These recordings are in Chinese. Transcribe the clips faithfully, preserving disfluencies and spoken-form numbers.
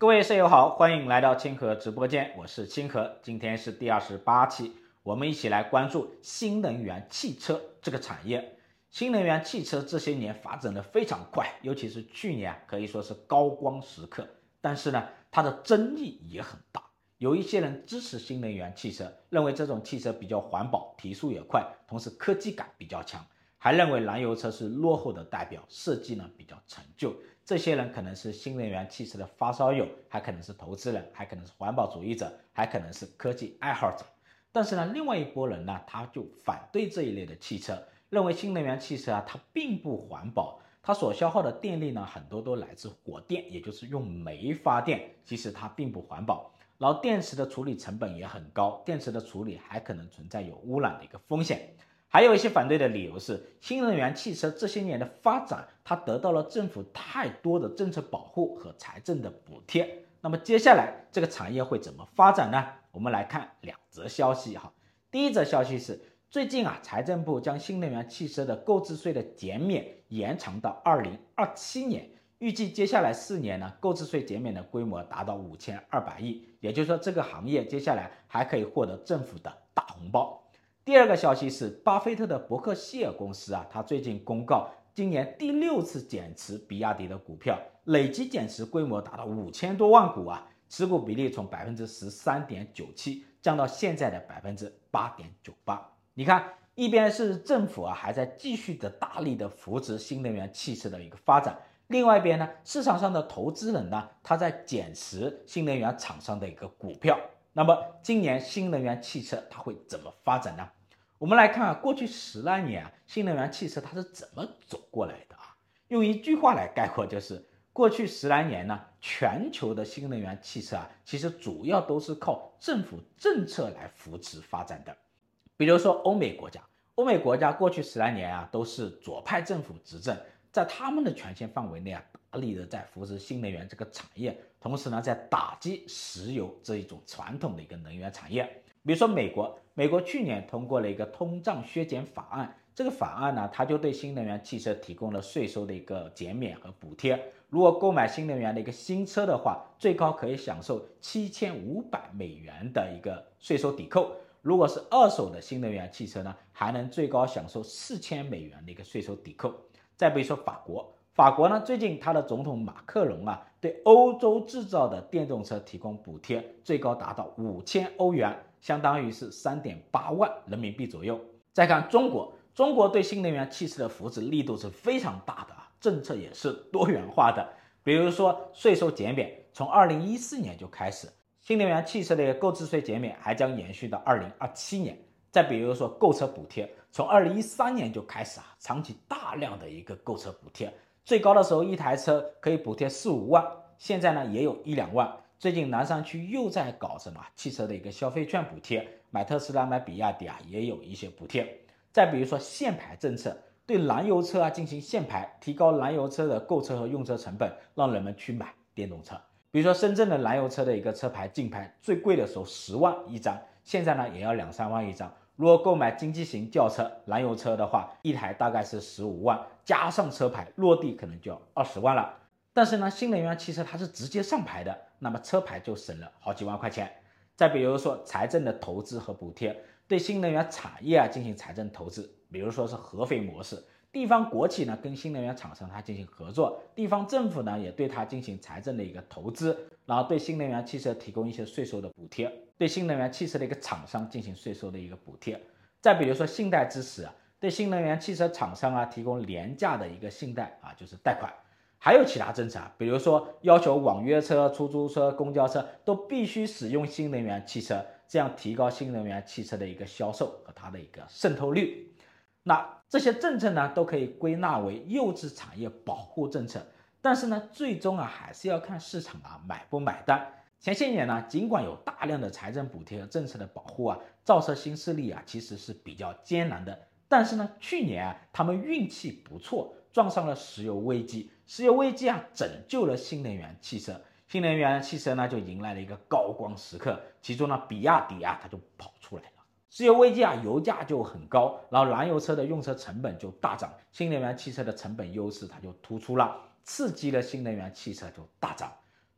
各位舍友好，欢迎来到清河直播间，我是清河，今天是第二十八期，我们一起来关注新能源汽车这个产业。新能源汽车这些年发展的非常快，尤其是去年可以说是高光时刻，但是呢，它的争议也很大。有一些人支持新能源汽车，认为这种汽车比较环保，提速也快，同时科技感比较强，还认为燃油车是落后的代表，设计呢比较陈旧。这些人可能是新能源汽车的发烧友，还可能是投资人，还可能是环保主义者，还可能是科技爱好者。但是呢，另外一拨人呢，他就反对这一类的汽车，认为新能源汽车啊，它并不环保，它所消耗的电力呢，很多都来自火电，也就是用煤发电，其实它并不环保。然后电池的处理成本也很高，电池的处理还可能存在有污染的一个风险。还有一些反对的理由是，新能源汽车这些年的发展，它得到了政府太多的政策保护和财政的补贴。那么接下来这个产业会怎么发展呢？我们来看两则消息哈。第一则消息是，最近啊，财政部将新能源汽车的购置税的减免延长到二零二七年，预计接下来四年呢，购置税减免的规模达到五千二百亿，也就是说这个行业接下来还可以获得政府的大红包。第二个消息是，巴菲特的伯克希尔公司啊，他最近公告，今年第六次减持比亚迪的股票，累计减持规模达到五千多万股啊，持股比例从百分之十三点九七降到现在的百分之八点九八。你看，一边是政府啊还在继续的大力的扶持新能源汽车的一个发展，另外一边呢，市场上的投资人呢，他在减持新能源厂商的一个股票。那么今年新能源汽车它会怎么发展呢？我们来看啊，过去十来年啊，新能源汽车它是怎么走过来的啊？用一句话来概括，就是过去十来年呢，全球的新能源汽车啊，其实主要都是靠政府政策来扶持发展的。比如说欧美国家，欧美国家过去十来年啊，都是左派政府执政，在他们的权限范围内啊，大力的在扶持新能源这个产业，同时呢，在打击石油这一种传统的一个能源产业。比如说美国，美国去年通过了一个通胀削减法案，这个法案呢，它就对新能源汽车提供了税收的一个减免和补贴。如果购买新能源的一个新车的话，最高可以享受七千五百美元的一个税收抵扣。如果是二手的新能源汽车呢，还能最高享受四千美元的一个税收抵扣。再比如说法国，法国呢，最近他的总统马克龙啊，对欧洲制造的电动车提供补贴，最高达到五千欧元，相当于是 三点八万人民币左右。再看中国，中国对新能源汽车的扶持力度是非常大的啊，政策也是多元化的。比如说税收减免，从二零一四年就开始，新能源汽车的购置税减免还将延续到二零二七年。再比如说购车补贴，从二零一三年就开始啊，长期大量的一个购车补贴，最高的时候一台车可以补贴四五万，现在呢也有一两万。最近南山区又在搞什么汽车的一个消费券补贴，买特斯拉买比亚迪啊也有一些补贴。再比如说限牌政策，对燃油车啊进行限牌，提高燃油车的购车和用车成本，让人们去买电动车。比如说深圳的燃油车的一个车牌竞拍，最贵的时候十万一张，现在呢也要两三万一张。如果购买经济型轿车燃油车的话，一台大概是十五万，加上车牌落地可能就要二十万了。但是呢，新能源汽车它是直接上牌的，那么车牌就省了好几万块钱。再比如说财政的投资和补贴，对新能源产业啊进行财政投资，比如说是合肥模式，地方国企呢跟新能源厂商它进行合作，地方政府呢也对它进行财政的一个投资，然后对新能源汽车提供一些税收的补贴，对新能源汽车的一个厂商进行税收的一个补贴。再比如说信贷支持啊，对新能源汽车厂商啊提供廉价的一个信贷啊，就是贷款。还有其他政策啊，比如说要求网约车、出租车、公交车都必须使用新能源汽车，这样提高新能源汽车的一个销售和它的一个渗透率。那这些政策呢，都可以归纳为幼稚产业保护政策，但是呢，最终啊还是要看市场啊买不买单。前些年呢，尽管有大量的财政补贴和政策的保护啊，造车新势力啊其实是比较艰难的。但是呢，去年啊他们运气不错，撞上了石油危机，石油危机啊拯救了新能源汽车，新能源汽车呢就迎来了一个高光时刻，其中呢比亚迪啊它就跑出来了。石油危机啊，油价就很高，然后燃油车的用车成本就大涨，新能源汽车的成本优势它就突出了，刺激了新能源汽车就大涨。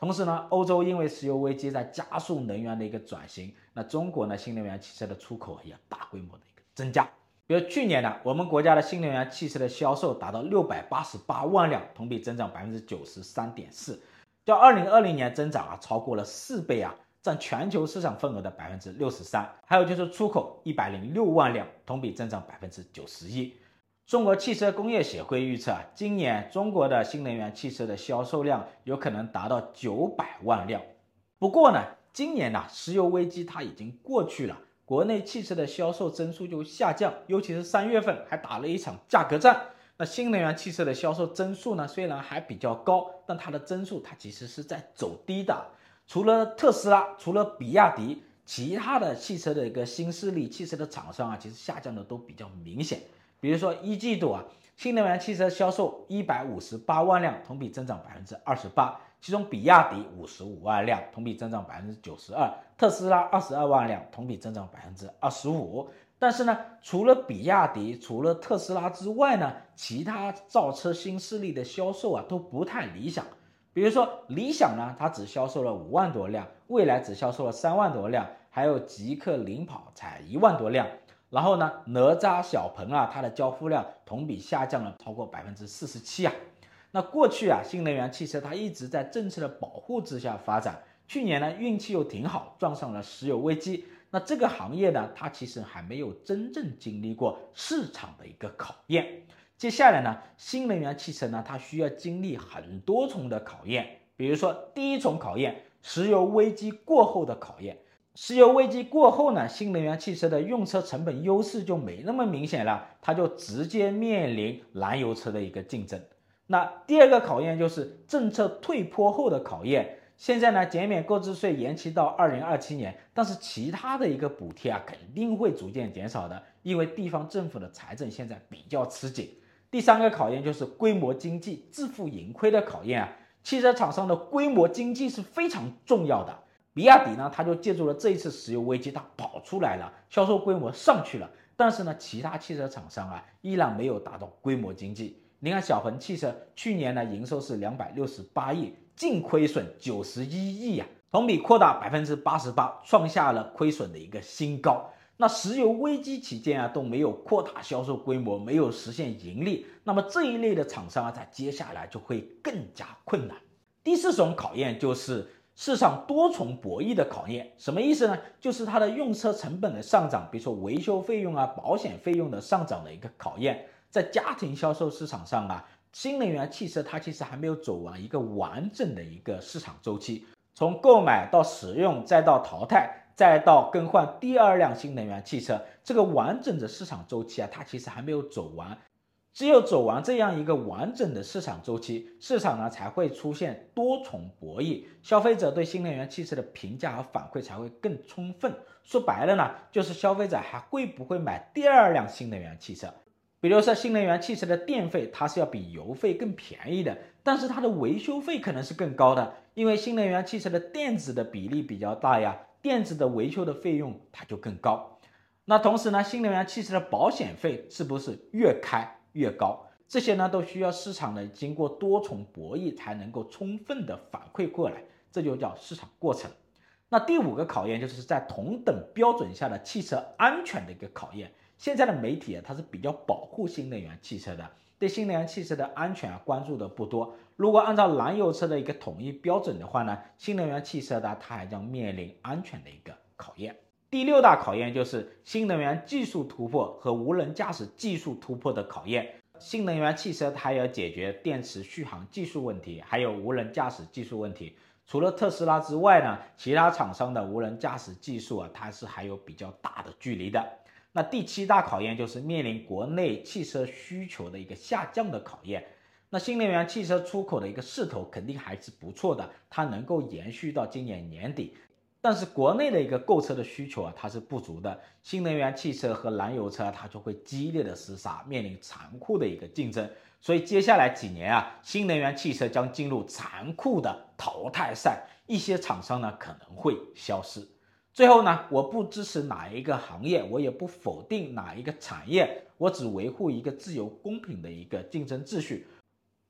同时呢，欧洲因为石油危机在加速能源的一个转型，那中国呢新能源汽车的出口也大规模的一个增加。比如去年呢，我们国家的新能源汽车的销售达到六百八十八万辆，同比增长 百分之九十三点四， 较二零二零年增长啊超过了四倍啊，占全球市场份额的 百分之六十三。 还有就是出口一百零六万辆，同比增长 百分之九十一。中国汽车工业协会预测啊，今年中国的新能源汽车的销售量有可能达到九百万辆。不过呢，今年呢，石油危机它已经过去了，国内汽车的销售增速就下降，尤其是三月份还打了一场价格战。那新能源汽车的销售增速呢，虽然还比较高，但它的增速它其实是在走低的。除了特斯拉，除了比亚迪，其他的汽车的一个新势力汽车的厂商啊，其实下降的都比较明显。比如说一季度啊，新能源汽车销售一百五十八万辆，同比增长 百分之二十八， 其中比亚迪五十五万辆，同比增长 百分之九十二， 特斯拉二十二万辆，同比增长 百分之二十五。 但是呢，除了比亚迪，除了特斯拉之外呢，其他造车新势力的销售啊都不太理想。比如说理想呢，它只销售了五万多辆，蔚来只销售了三万多辆，还有极氪领跑才一万多辆。然后呢，哪吒小鹏啊，它的交付量同比下降了超过 百分之四十七 啊。那过去啊，新能源汽车它一直在政策的保护之下发展，去年呢运气又挺好，撞上了石油危机。那这个行业呢，它其实还没有真正经历过市场的一个考验。接下来呢，新能源汽车呢，它需要经历很多重的考验。比如说第一重考验，石油危机过后的考验。石油危机过后呢，新能源汽车的用车成本优势就没那么明显了，它就直接面临燃油车的一个竞争。那第二个考验就是政策退坡后的考验。现在呢，减免购置税延期到二零二七年，但是其他的一个补贴啊，肯定会逐渐减少的，因为地方政府的财政现在比较吃紧。第三个考验就是规模经济自负盈亏的考验啊，汽车厂商的规模经济是非常重要的。比亚迪呢，它就借助了这一次石油危机，它跑出来了，销售规模上去了。但是呢，其他汽车厂商啊，依然没有达到规模经济。你看小鹏汽车去年呢，营收是两百六十八亿，净亏损九十一亿啊，同比扩大 百分之八十八， 创下了亏损的一个新高。那石油危机期间啊，都没有扩大销售规模，没有实现盈利，那么这一类的厂商啊，在接下来就会更加困难。第四种考验就是市场多重博弈的考验。什么意思呢？就是它的用车成本的上涨，比如说维修费用啊、保险费用的上涨的一个考验。在家庭销售市场上啊，新能源汽车它其实还没有走完一个完整的一个市场周期，从购买到使用，再到淘汰，再到更换第二辆新能源汽车，这个完整的市场周期啊，它其实还没有走完。只有走完这样一个完整的市场周期，市场呢才会出现多重博弈，消费者对新能源汽车的评价和反馈才会更充分。说白了呢，就是消费者还会不会买第二辆新能源汽车。比如说新能源汽车的电费它是要比油费更便宜的，但是它的维修费可能是更高的，因为新能源汽车的电子的比例比较大呀，电子的维修的费用它就更高。那同时呢，新能源汽车的保险费是不是越开越高？这些呢都需要市场呢经过多重博弈才能够充分的反馈过来，这就叫市场过程。那第五个考验就是在同等标准下的汽车安全的一个考验。现在的媒体啊，它是比较保护新能源汽车的，对新能源汽车的安全啊关注的不多。如果按照燃油车的一个统一标准的话呢，新能源汽车呢它还将面临安全的一个考验。第六大考验就是新能源技术突破和无人驾驶技术突破的考验。新能源汽车它要解决电池续航技术问题，还有无人驾驶技术问题。除了特斯拉之外呢，其他厂商的无人驾驶技术啊，它是还有比较大的距离的。那第七大考验就是面临国内汽车需求的一个下降的考验。那新能源汽车出口的一个势头肯定还是不错的，它能够延续到今年年底。但是国内的一个购车的需求啊，它是不足的，新能源汽车和燃油车它就会激烈的厮杀，面临残酷的一个竞争。所以接下来几年啊，新能源汽车将进入残酷的淘汰赛，一些厂商呢可能会消失。最后呢，我不支持哪一个行业，我也不否定哪一个产业，我只维护一个自由公平的一个竞争秩序。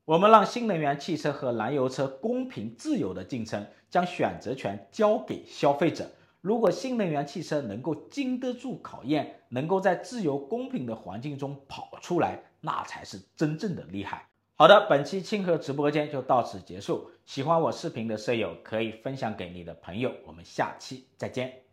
我们让新能源汽车和燃油车公平自由的竞争，将选择权交给消费者。如果新能源汽车能够经得住考验，能够在自由公平的环境中跑出来，那才是真正的厉害。好的，本期清河直播间就到此结束。喜欢我视频的舍友可以分享给你的朋友，我们下期再见。